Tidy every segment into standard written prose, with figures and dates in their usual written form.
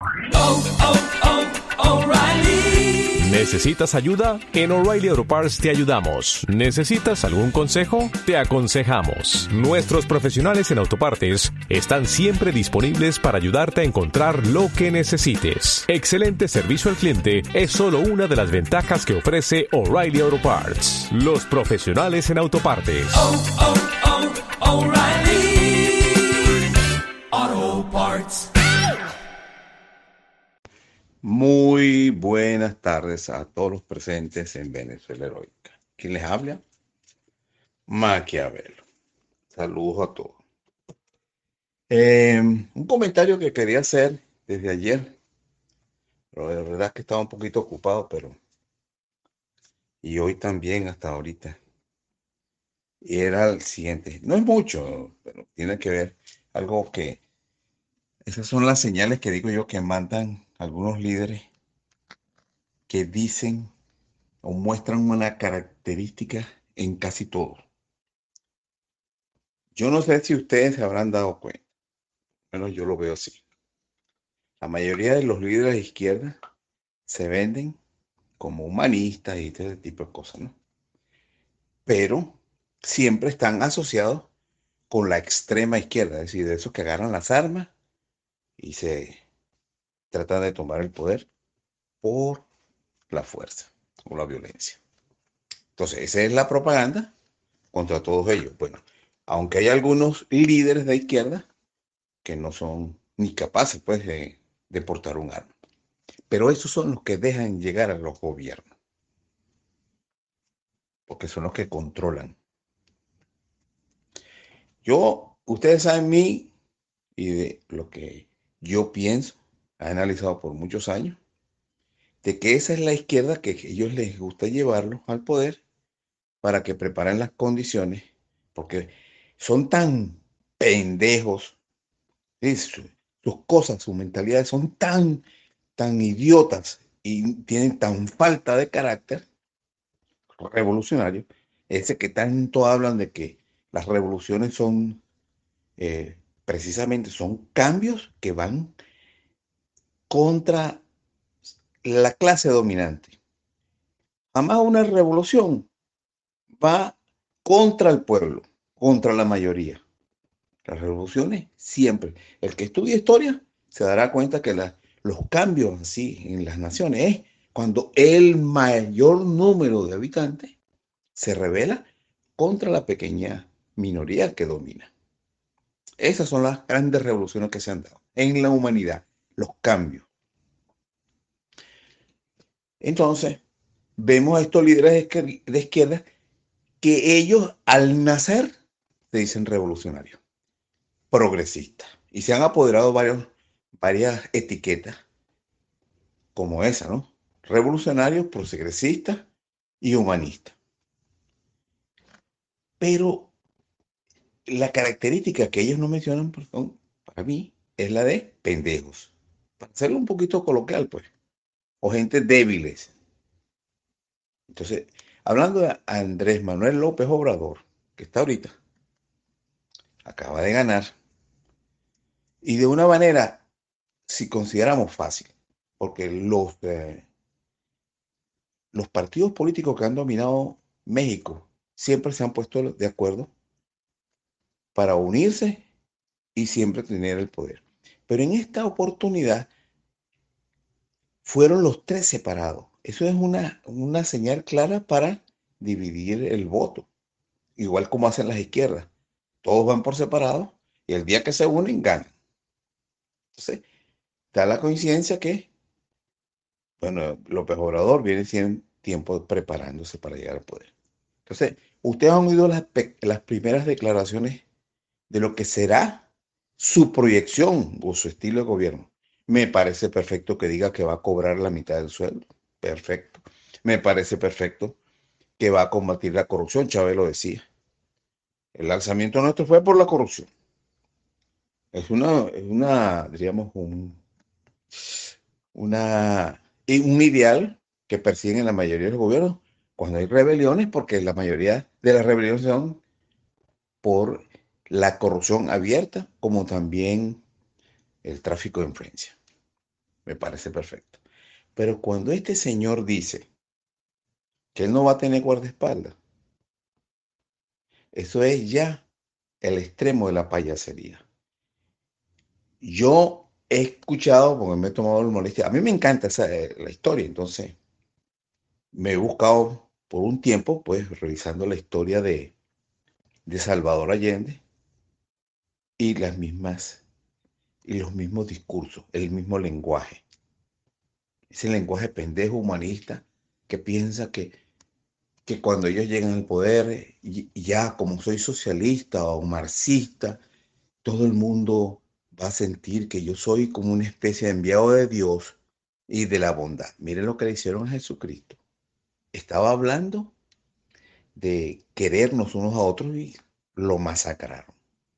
O'Reilly. ¿Necesitas ayuda? En O'Reilly Auto Parts te ayudamos. ¿Necesitas algún consejo? Te aconsejamos. Nuestros profesionales en autopartes están siempre disponibles para ayudarte a encontrar lo que necesites. Excelente servicio al cliente es solo una de las ventajas que ofrece O'Reilly Auto Parts. Los profesionales en autopartes. O'Reilly Auto Parts. Muy buenas tardes a todos los presentes en Venezuela Heroica. ¿Quién les habla? Maquiavelo. Saludos a todos. Un comentario que quería hacer desde ayer, pero de verdad que estaba un poquito ocupado, y hoy también hasta ahorita. Y era el siguiente. No es mucho, pero tiene que ver algo que... Esas son las señales que digo yo que mandan algunos líderes que dicen o muestran una característica en casi todo. Yo no sé si ustedes se habrán dado cuenta, bueno, yo lo veo así. La mayoría de los líderes de izquierda se venden como humanistas y este tipo de cosas, ¿no? Pero siempre están asociados con la extrema izquierda, es decir, de esos que agarran las armas y se tratan de tomar el poder por la fuerza o la violencia. Entonces, esa es la propaganda contra todos ellos. Bueno, aunque hay algunos líderes de izquierda que no son ni capaces, pues, de portar un arma. Pero esos son los que dejan llegar a los gobiernos, porque son los que controlan. Ustedes saben mí y de lo que yo pienso, he analizado por muchos años, de que esa es la izquierda que a ellos les gusta llevarlos al poder para que preparen las condiciones, porque son tan pendejos, ¿sí? Sus cosas, sus mentalidades son tan idiotas y tienen tan falta de carácter revolucionario, ese que tanto hablan de que las revoluciones son precisamente son cambios que van contra la clase dominante. Jamás una revolución va contra el pueblo, contra la mayoría. Las revoluciones siempre. El que estudia historia se dará cuenta que los cambios así en las naciones es cuando el mayor número de habitantes se rebela contra la pequeña minoría que domina. Esas son las grandes revoluciones que se han dado en la humanidad, los cambios. Entonces, vemos a estos líderes de izquierda que ellos al nacer se dicen revolucionarios, progresistas, y se han apoderado varias etiquetas como esa, ¿no? Revolucionarios, progresistas y humanistas. Pero la característica que ellos no mencionan, perdón, para mí, es la de pendejos. Para hacerlo un poquito coloquial, pues. O gente débiles. Entonces, hablando de Andrés Manuel López Obrador, que está ahorita, acaba de ganar, y de una manera, si consideramos fácil, porque los partidos políticos que han dominado México siempre se han puesto de acuerdo para unirse y siempre tener el poder. Pero en esta oportunidad fueron los tres separados. Eso es una señal clara para dividir el voto, igual como hacen las izquierdas. Todos van por separado y el día que se unen, ganan. Entonces, da la coincidencia que, bueno, López Obrador viene sin tiempo preparándose para llegar al poder. Entonces, ustedes han oído las primeras declaraciones de lo que será su proyección o su estilo de gobierno. Me parece perfecto que diga que va a cobrar la mitad del sueldo. Perfecto. Me parece perfecto que va a combatir la corrupción. Chávez lo decía. El lanzamiento nuestro fue por la corrupción. Diríamos, un ideal que persiguen la mayoría de los gobiernos cuando hay rebeliones, porque la mayoría de las rebeliones son por la corrupción abierta, como también el tráfico de influencia. Me parece perfecto. Pero cuando este señor dice que él no va a tener guardaespaldas, eso es ya el extremo de la payasería. Yo he escuchado, porque me he tomado la molestia, a mí me encanta la historia, entonces me he buscado por un tiempo, pues, revisando la historia de Salvador Allende y y los mismos discursos, el mismo lenguaje. Ese lenguaje pendejo humanista que piensa que cuando ellos llegan al poder, y ya como soy socialista o marxista, todo el mundo va a sentir que yo soy como una especie de enviado de Dios y de la bondad. Miren lo que le hicieron a Jesucristo. Estaba hablando de querernos unos a otros y lo masacraron.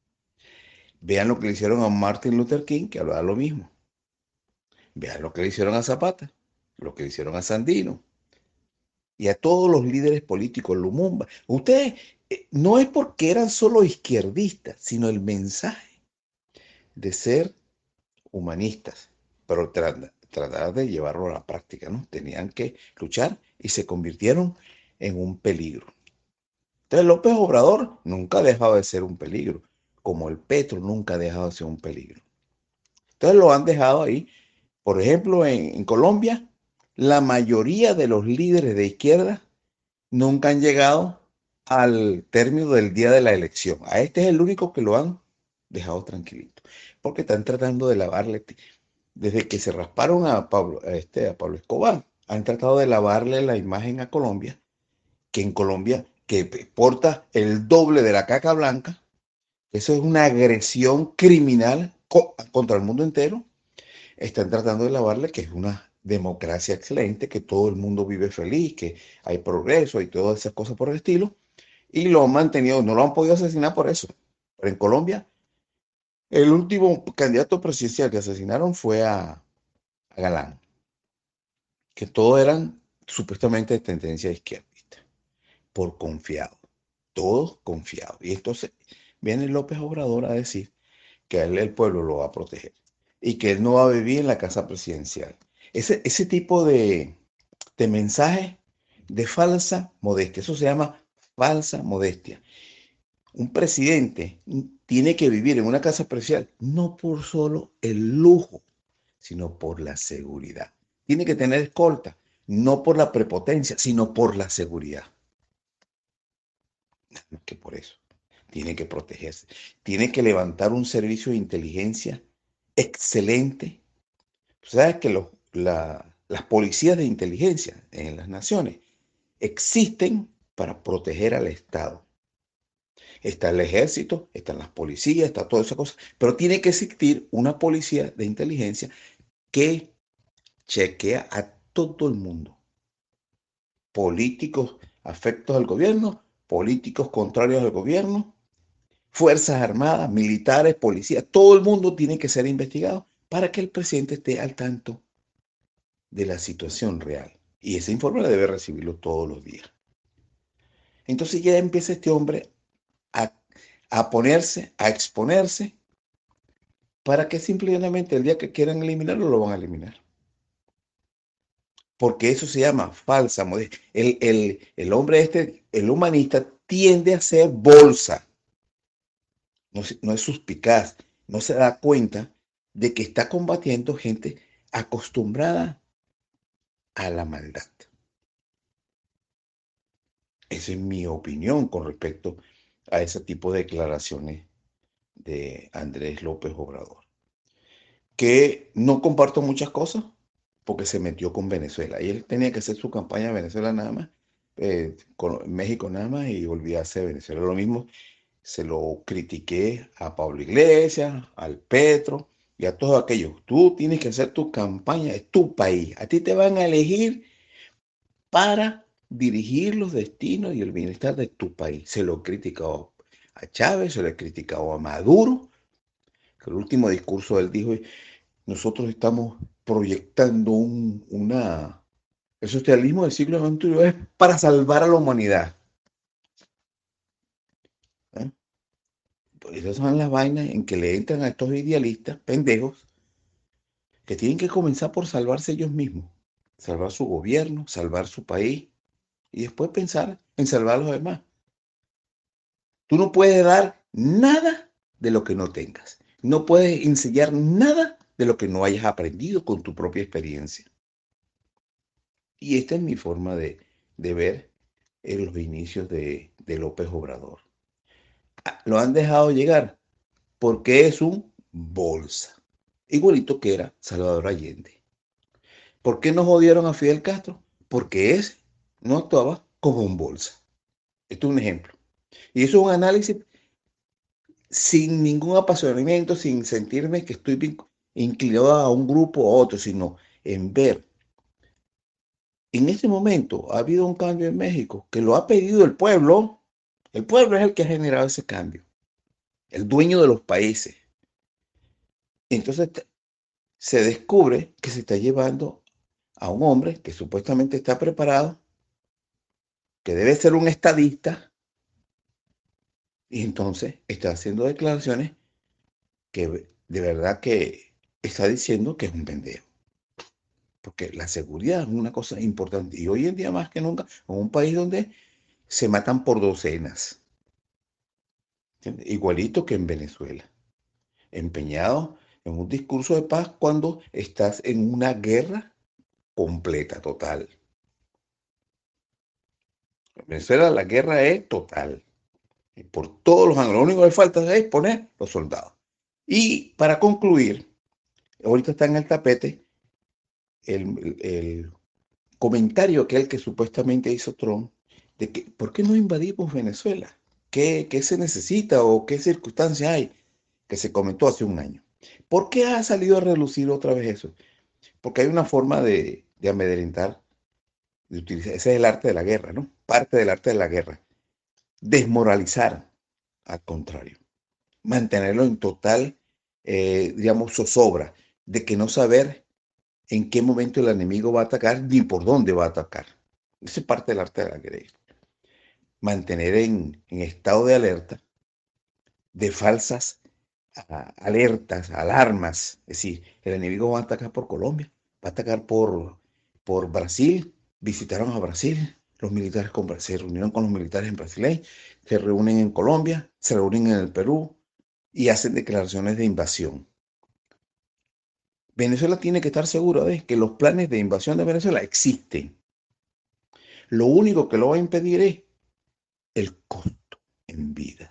Vean lo que le hicieron a Martin Luther King, que hablaba lo mismo. Vean lo que le hicieron a Zapata, lo que le hicieron a Sandino y a todos los líderes políticos, Lumumba. Ustedes, no es porque eran solo izquierdistas, sino el mensaje de ser humanistas, pero tratar de llevarlo a la práctica, ¿no? Tenían que luchar y se convirtieron en un peligro. Entonces López Obrador nunca ha dejado de ser un peligro, como el Petro nunca ha dejado de ser un peligro. Entonces lo han dejado ahí. Por ejemplo, en Colombia, la mayoría de los líderes de izquierda nunca han llegado al término del día de la elección. A este es el único que lo han dejado tranquilito, porque están tratando de lavarle, desde que se rasparon a Pablo Escobar, han tratado de lavarle la imagen a Colombia, que en Colombia, que porta el doble de la caca blanca, eso es una agresión criminal contra el mundo entero. Están tratando de lavarle que es una democracia excelente, que todo el mundo vive feliz, que hay progreso y todas esas cosas por el estilo, y lo han mantenido, no lo han podido asesinar por eso. Pero en Colombia, el último candidato presidencial que asesinaron fue a Galán, que todos eran supuestamente de tendencia izquierdista, por confiado, todos confiados. Y entonces viene López Obrador a decir que a él el pueblo lo va a proteger y que él no va a vivir en la casa presidencial. Ese tipo de mensaje de falsa modestia, eso se llama falsa modestia. Un presidente tiene que vivir en una casa presidencial no por solo el lujo, sino por la seguridad. Tiene que tener escolta, no por la prepotencia, sino por la seguridad. No que por eso. Tiene que protegerse. Tiene que levantar un servicio de inteligencia excelente. ¿Sabes que las policías de inteligencia en las naciones existen para proteger al Estado? Está el ejército, están las policías, está toda esa cosa, pero tiene que existir una policía de inteligencia que chequea a todo el mundo. Políticos afectos al gobierno, políticos contrarios al gobierno, fuerzas armadas, militares, policías, todo el mundo tiene que ser investigado para que el presidente esté al tanto de la situación real. Y ese informe la debe recibirlo todos los días. Entonces ya empieza este hombre a, a ponerse, a exponerse, para que simplemente el día que quieran eliminarlo, lo van a eliminar. Porque eso se llama falsa modestia. El hombre el humanista, tiende a ser bolsa. No es suspicaz, no se da cuenta de que está combatiendo gente acostumbrada a la maldad. Esa es mi opinión con respecto a ese tipo de declaraciones de Andrés López Obrador. Que no comparto muchas cosas porque se metió con Venezuela. Y él tenía que hacer su campaña en Venezuela nada más, con México nada más y olvidarse de Venezuela. Lo mismo se lo critiqué a Pablo Iglesias, al Petro y a todos aquellos. Tú tienes que hacer tu campaña, es tu país. A ti te van a elegir para dirigir los destinos y el bienestar de tu país. Se lo he criticado a Chávez, se lo he criticado a Maduro, que el último discurso él dijo, nosotros estamos proyectando el socialismo del siglo XXI es para salvar a la humanidad. ¿Eh? Pues esas son las vainas en que le entran a estos idealistas pendejos que tienen que comenzar por salvarse ellos mismos, salvar su gobierno, salvar su país y después pensar en salvar a los demás. Tú no puedes dar nada de lo que no tengas. No puedes enseñar nada de lo que no hayas aprendido con tu propia experiencia. Y esta es mi forma de ver en los inicios de López Obrador. Lo han dejado llegar porque es un bolsa, igualito que era Salvador Allende. ¿Por qué no jodieron a Fidel Castro? Porque ese no actuaba como un bolsa. Esto es un ejemplo. Y eso es un análisis sin ningún apasionamiento, sin sentirme que estoy inclinado a un grupo o a otro, sino en ver. En este momento ha habido un cambio en México que lo ha pedido el pueblo. El pueblo es el que ha generado ese cambio, el dueño de los países. Entonces se descubre que se está llevando a un hombre que supuestamente está preparado, que debe ser un estadista, y entonces está haciendo declaraciones que de verdad que está diciendo que es un pendejo. Porque la seguridad es una cosa importante. Y hoy en día más que nunca, en un país donde se matan por docenas. ¿Entiendes? Igualito que en Venezuela. Empeñado en un discurso de paz cuando estás en una guerra completa, total. En Venezuela la guerra es total. Y por todos los ángulos. Lo único que falta es poner los soldados. Y para concluir, ahorita está en el tapete el comentario aquel que supuestamente hizo Trump de que ¿por qué no invadimos Venezuela? ¿Qué se necesita o qué circunstancias hay? Que se comentó hace un año. ¿Por qué ha salido a relucir otra vez eso? Porque hay una forma de amedrentar, de utilizar, ese es el arte de la guerra, ¿no? Parte del arte de la guerra. Desmoralizar, al contrario. Mantenerlo en total, digamos, zozobra, de que no saber en qué momento el enemigo va a atacar ni por dónde va a atacar. Esa es parte del arte de la guerra. Mantener en estado de alerta, de falsas alertas, alarmas. Es decir, el enemigo va a atacar por Colombia, va a atacar por Brasil. Visitaron a Brasil, los militares se reunieron con los militares en Brasil, se reúnen en Colombia, se reúnen en el Perú y hacen declaraciones de invasión. Venezuela tiene que estar segura de que los planes de invasión de Venezuela existen. Lo único que lo va a impedir es el costo en vida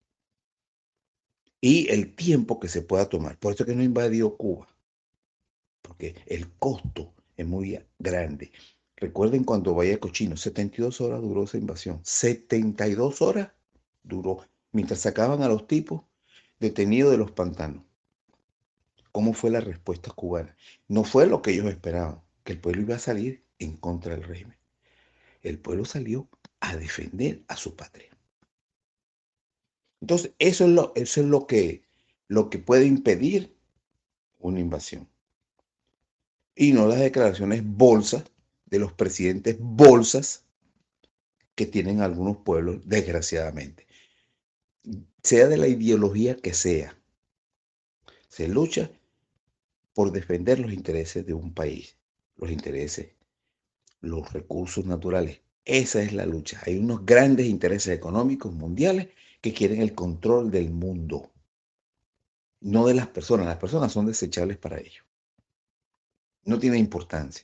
y el tiempo que se pueda tomar. Por eso es que no invadió Cuba, porque el costo es muy grande. Recuerden cuando Valle Cochino, 72 horas duró esa invasión. 72 horas duró, mientras sacaban a los tipos detenidos de los pantanos. ¿Cómo fue la respuesta cubana? No fue lo que ellos esperaban, que el pueblo iba a salir en contra del régimen. El pueblo salió a defender a su patria. Entonces, eso es lo que puede impedir una invasión. Y no las declaraciones bolsas de los presidentes bolsas que tienen algunos pueblos, desgraciadamente. Sea de la ideología que sea, se lucha por defender los intereses de un país, los intereses, los recursos naturales. Esa es la lucha. Hay unos grandes intereses económicos mundiales que quieren el control del mundo, no de las personas. Las personas son desechables para ellos. No tiene importancia.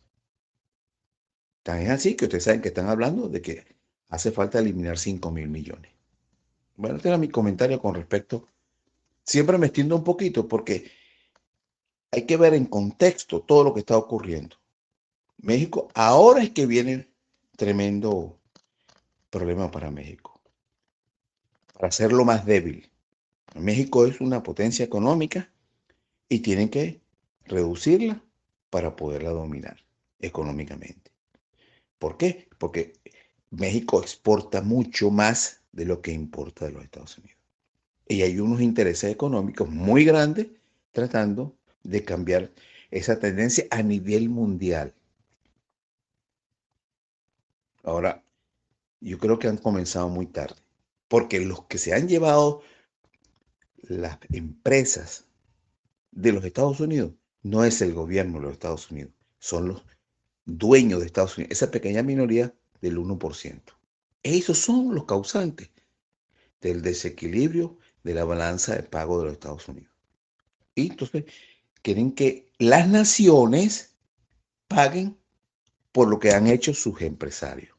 Tan es así que ustedes saben que están hablando de que hace falta eliminar 5.000 millones. Bueno, este era mi comentario con respecto. Siempre me extiendo un poquito porque hay que ver en contexto todo lo que está ocurriendo. México, ahora es que viene tremendo problema para México, para hacerlo más débil. México es una potencia económica y tienen que reducirla para poderla dominar económicamente. ¿Por qué? Porque México exporta mucho más de lo que importa de los Estados Unidos. Y hay unos intereses económicos muy grandes tratando de cambiar esa tendencia a nivel mundial. Ahora, yo creo que han comenzado muy tarde, porque los que se han llevado las empresas de los Estados Unidos No es el gobierno de los Estados Unidos, son los dueños de Estados Unidos, esa pequeña minoría del 1%. Esos son los causantes del desequilibrio de la balanza de pago de los Estados Unidos. Y entonces quieren que las naciones paguen por lo que han hecho sus empresarios.